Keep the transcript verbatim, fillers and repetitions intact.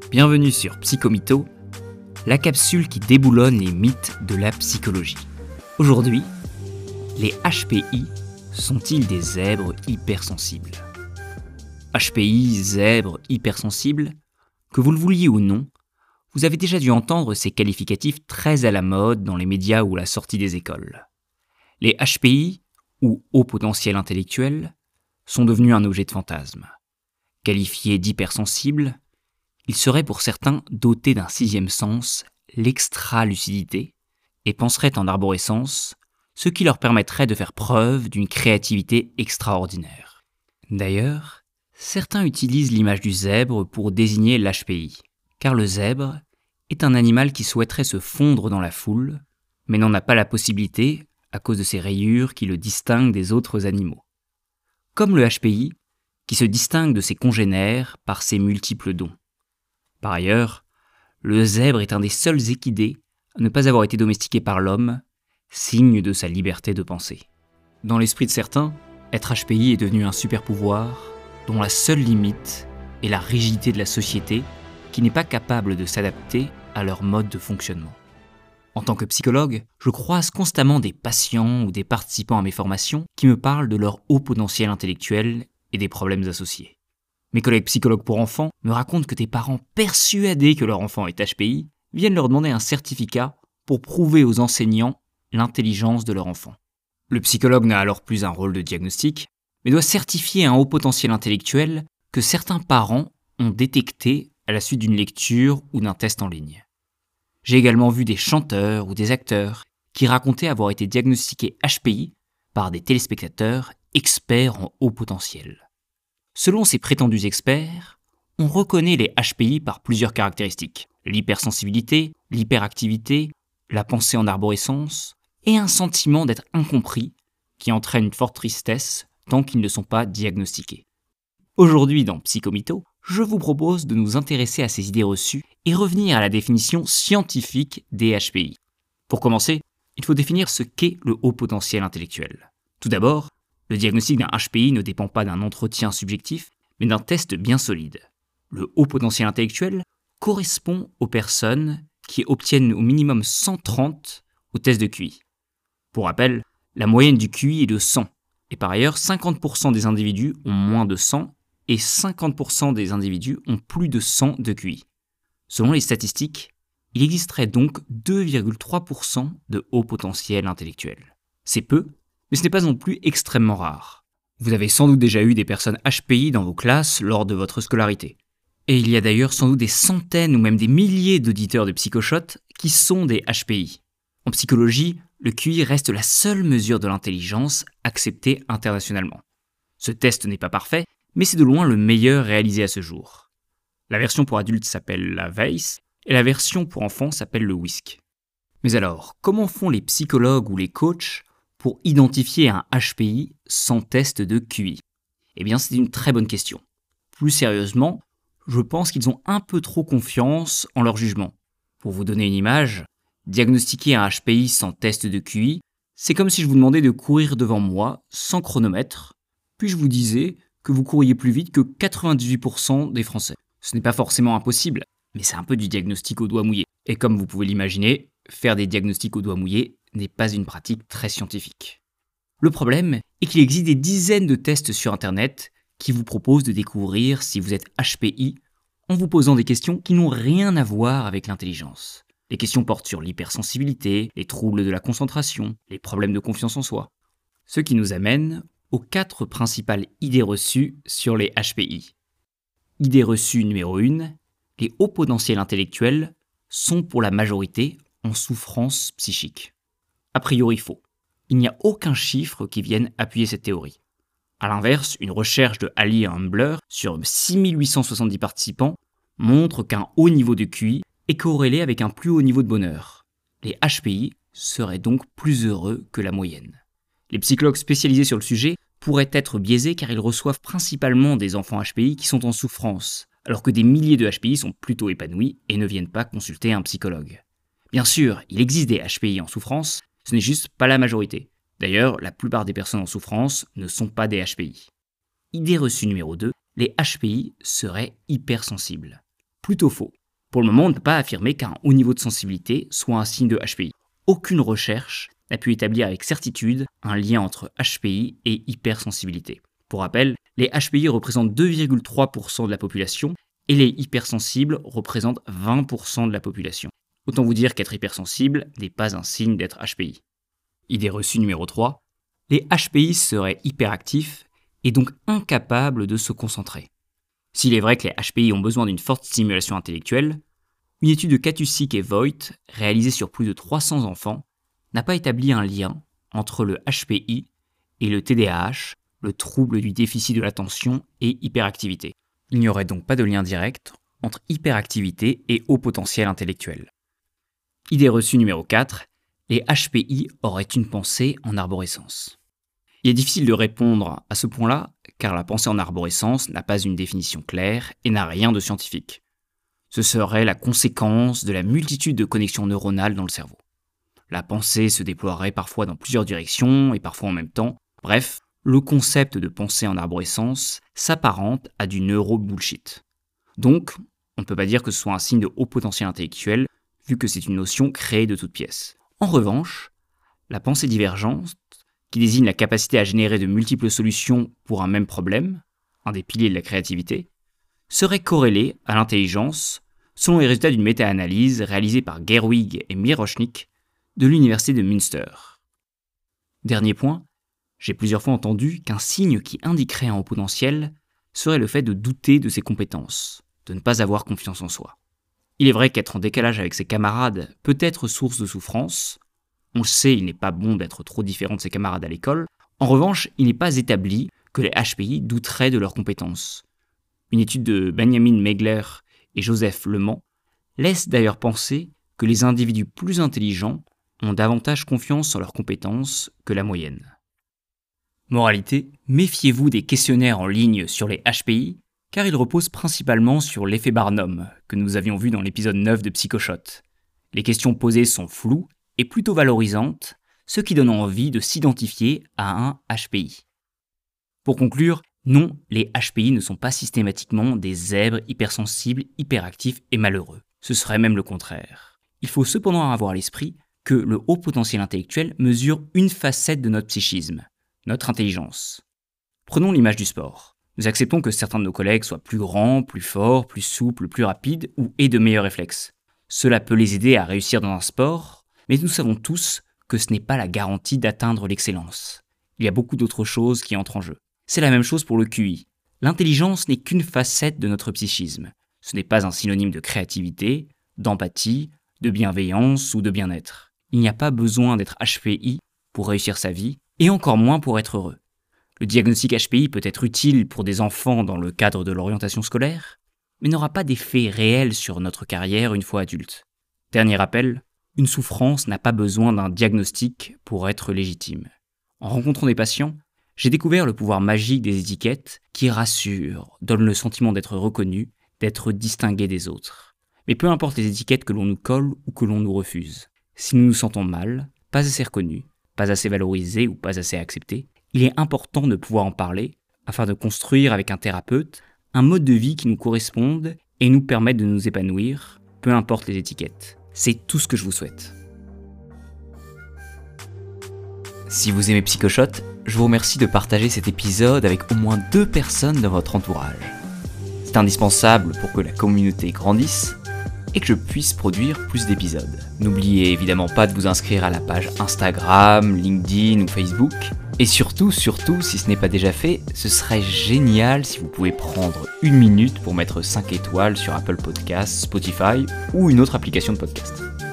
Bienvenue sur Psychomytho, la capsule qui déboulonne les mythes de la psychologie. Aujourd'hui, les H P I sont-ils des zèbres hypersensibles ? H P I, zèbres hypersensibles, que vous le vouliez ou non, vous avez déjà dû entendre ces qualificatifs très à la mode dans les médias ou à la sortie des écoles. Les H P I, ou hauts potentiel intellectuel, sont devenus un objet de fantasme. Qualifiés d'hypersensibles, ils seraient pour certains dotés d'un sixième sens, l'extra-lucidité, et penseraient en arborescence, ce qui leur permettrait de faire preuve d'une créativité extraordinaire. D'ailleurs, certains utilisent l'image du zèbre pour désigner l'H P I, car le zèbre est un animal qui souhaiterait se fondre dans la foule, mais n'en a pas la possibilité à cause de ses rayures qui le distinguent des autres animaux. Comme le H P I, qui se distingue de ses congénères par ses multiples dons. Par ailleurs, le zèbre est un des seuls équidés à ne pas avoir été domestiqué par l'homme, signe de sa liberté de penser. Dans l'esprit de certains, être H P I est devenu un super pouvoir dont la seule limite est la rigidité de la société qui n'est pas capable de s'adapter à leur mode de fonctionnement. En tant que psychologue, je croise constamment des patients ou des participants à mes formations qui me parlent de leur haut potentiel intellectuel et des problèmes associés. Mes collègues psychologues pour enfants me racontent que des parents persuadés que leur enfant est H P I viennent leur demander un certificat pour prouver aux enseignants l'intelligence de leur enfant. Le psychologue n'a alors plus un rôle de diagnostic, mais doit certifier un haut potentiel intellectuel que certains parents ont détecté à la suite d'une lecture ou d'un test en ligne. J'ai également vu des chanteurs ou des acteurs qui racontaient avoir été diagnostiqués H P I par des téléspectateurs experts en haut potentiel. Selon ces prétendus experts, on reconnaît les H P I par plusieurs caractéristiques. L'hypersensibilité, l'hyperactivité, la pensée en arborescence et un sentiment d'être incompris qui entraîne une forte tristesse tant qu'ils ne sont pas diagnostiqués. Aujourd'hui dans Psychomytho, je vous propose de nous intéresser à ces idées reçues et revenir à la définition scientifique des H P I. Pour commencer, il faut définir ce qu'est le haut potentiel intellectuel. Tout d'abord, le diagnostic d'un H P I ne dépend pas d'un entretien subjectif, mais d'un test bien solide. Le haut potentiel intellectuel correspond aux personnes qui obtiennent au minimum cent trente au test de Q I. Pour rappel, la moyenne du Q I est de cent, et par ailleurs, cinquante pour cent des individus ont moins de cent, et cinquante pour cent des individus ont plus de cent de Q I. Selon les statistiques, il existerait donc deux virgule trois pour cent de haut potentiel intellectuel. C'est peu, mais ce n'est pas non plus extrêmement rare. Vous avez sans doute déjà eu des personnes H P I dans vos classes lors de votre scolarité. Et il y a d'ailleurs sans doute des centaines ou même des milliers d'auditeurs de Psychoshot qui sont des H P I. En psychologie, le Q I reste la seule mesure de l'intelligence acceptée internationalement. Ce test n'est pas parfait, mais c'est de loin le meilleur réalisé à ce jour. La version pour adultes s'appelle la Weiss et la version pour enfants s'appelle le WISC. Mais alors, comment font les psychologues ou les coachs pour identifier un H P I sans test de Q I ? Eh bien, c'est une très bonne question. Plus sérieusement, je pense qu'ils ont un peu trop confiance en leur jugement. Pour vous donner une image, diagnostiquer un H P I sans test de Q I, c'est comme si je vous demandais de courir devant moi sans chronomètre, puis je vous disais que vous couriez plus vite que quatre-vingt-dix-huit pour cent des Français. Ce n'est pas forcément impossible, mais c'est un peu du diagnostic au doigt mouillé. Et comme vous pouvez l'imaginer, faire des diagnostics au doigt mouillé n'est pas une pratique très scientifique. Le problème est qu'il existe des dizaines de tests sur Internet qui vous proposent de découvrir si vous êtes H P I en vous posant des questions qui n'ont rien à voir avec l'intelligence. Les questions portent sur l'hypersensibilité, les troubles de la concentration, les problèmes de confiance en soi. Ce qui nous amène aux quatre principales idées reçues sur les H P I. Idée reçue numéro un, les hauts potentiels intellectuels sont pour la majorité en souffrance psychique. A priori faux. Il n'y a aucun chiffre qui vienne appuyer cette théorie. A l'inverse, une recherche de Ali et Humbler sur six mille huit cent soixante-dix participants montre qu'un haut niveau de Q I est corrélé avec un plus haut niveau de bonheur. Les H P I seraient donc plus heureux que la moyenne. Les psychologues spécialisés sur le sujet pourraient être biaisés car ils reçoivent principalement des enfants H P I qui sont en souffrance, alors que des milliers de H P I sont plutôt épanouis et ne viennent pas consulter un psychologue. Bien sûr, il existe des H P I en souffrance, ce n'est juste pas la majorité. D'ailleurs, la plupart des personnes en souffrance ne sont pas des H P I. Idée reçue numéro deux, les H P I seraient hypersensibles. Plutôt faux. Pour le moment, on ne peut pas affirmer qu'un haut niveau de sensibilité soit un signe de H P I. Aucune recherche n'a pu établir avec certitude un lien entre H P I et hypersensibilité. Pour rappel, les H P I représentent deux virgule trois pour cent de la population et les hypersensibles représentent vingt pour cent de la population. Autant vous dire qu'être hypersensible n'est pas un signe d'être H P I. Idée reçue numéro trois. Les H P I seraient hyperactifs et donc incapables de se concentrer. S'il est vrai que les H P I ont besoin d'une forte stimulation intellectuelle, une étude de Katusik et Voigt, réalisée sur plus de trois cents enfants, n'a pas établi un lien entre le H P I et le T D A H, le trouble du déficit de l'attention et hyperactivité. Il n'y aurait donc pas de lien direct entre hyperactivité et haut potentiel intellectuel. Idée reçue numéro quatre. Les H P I auraient une pensée en arborescence. Il est difficile de répondre à ce point-là, car la pensée en arborescence n'a pas une définition claire et n'a rien de scientifique. Ce serait la conséquence de la multitude de connexions neuronales dans le cerveau. La pensée se déploierait parfois dans plusieurs directions et parfois en même temps. Bref, le concept de pensée en arborescence s'apparente à du neuro-bullshit. Donc, on ne peut pas dire que ce soit un signe de haut potentiel intellectuel, vu que c'est une notion créée de toutes pièces. En revanche, la pensée divergente, qui désigne la capacité à générer de multiples solutions pour un même problème, un des piliers de la créativité, serait corrélée à l'intelligence selon les résultats d'une méta-analyse réalisée par Gerwig et Mirochnik de l'université de Münster. Dernier point, j'ai plusieurs fois entendu qu'un signe qui indiquerait un haut potentiel serait le fait de douter de ses compétences, de ne pas avoir confiance en soi. Il est vrai qu'être en décalage avec ses camarades peut être source de souffrance. On le sait, il n'est pas bon d'être trop différent de ses camarades à l'école. En revanche, il n'est pas établi que les H P I douteraient de leurs compétences. Une étude de Benjamin Megler et Joseph Lemans laisse d'ailleurs penser que les individus plus intelligents ont davantage confiance en leurs compétences que la moyenne. Moralité, méfiez-vous des questionnaires en ligne sur les H P I, car ils reposent principalement sur l'effet Barnum, que nous avions vu dans l'épisode neuf de Psychoshot. Les questions posées sont floues et plutôt valorisantes, ce qui donne envie de s'identifier à un H P I. Pour conclure, non, les H P I ne sont pas systématiquement des zèbres hypersensibles, hyperactifs et malheureux. Ce serait même le contraire. Il faut cependant avoir à l'esprit que le haut potentiel intellectuel mesure une facette de notre psychisme, notre intelligence. Prenons l'image du sport. Nous acceptons que certains de nos collègues soient plus grands, plus forts, plus souples, plus rapides ou aient de meilleurs réflexes. Cela peut les aider à réussir dans un sport, mais nous savons tous que ce n'est pas la garantie d'atteindre l'excellence. Il y a beaucoup d'autres choses qui entrent en jeu. C'est la même chose pour le Q I. L'intelligence n'est qu'une facette de notre psychisme. Ce n'est pas un synonyme de créativité, d'empathie, de bienveillance ou de bien-être. Il n'y a pas besoin d'être H P I pour réussir sa vie, et encore moins pour être heureux. Le diagnostic H P I peut être utile pour des enfants dans le cadre de l'orientation scolaire, mais n'aura pas d'effet réel sur notre carrière une fois adulte. Dernier rappel, une souffrance n'a pas besoin d'un diagnostic pour être légitime. En rencontrant des patients, j'ai découvert le pouvoir magique des étiquettes qui rassurent, donnent le sentiment d'être reconnu, d'être distingué des autres. Mais peu importe les étiquettes que l'on nous colle ou que l'on nous refuse, si nous nous sentons mal, pas assez reconnus, pas assez valorisés ou pas assez acceptés, il est important de pouvoir en parler afin de construire avec un thérapeute un mode de vie qui nous corresponde et nous permette de nous épanouir, peu importe les étiquettes. C'est tout ce que je vous souhaite. Si vous aimez Psychoshot, je vous remercie de partager cet épisode avec au moins deux personnes dans votre entourage. C'est indispensable pour que la communauté grandisse et que je puisse produire plus d'épisodes. N'oubliez évidemment pas de vous inscrire à la page Instagram, LinkedIn ou Facebook. Et surtout, surtout, si ce n'est pas déjà fait, ce serait génial si vous pouvez prendre une minute pour mettre cinq étoiles sur Apple Podcasts, Spotify ou une autre application de podcast.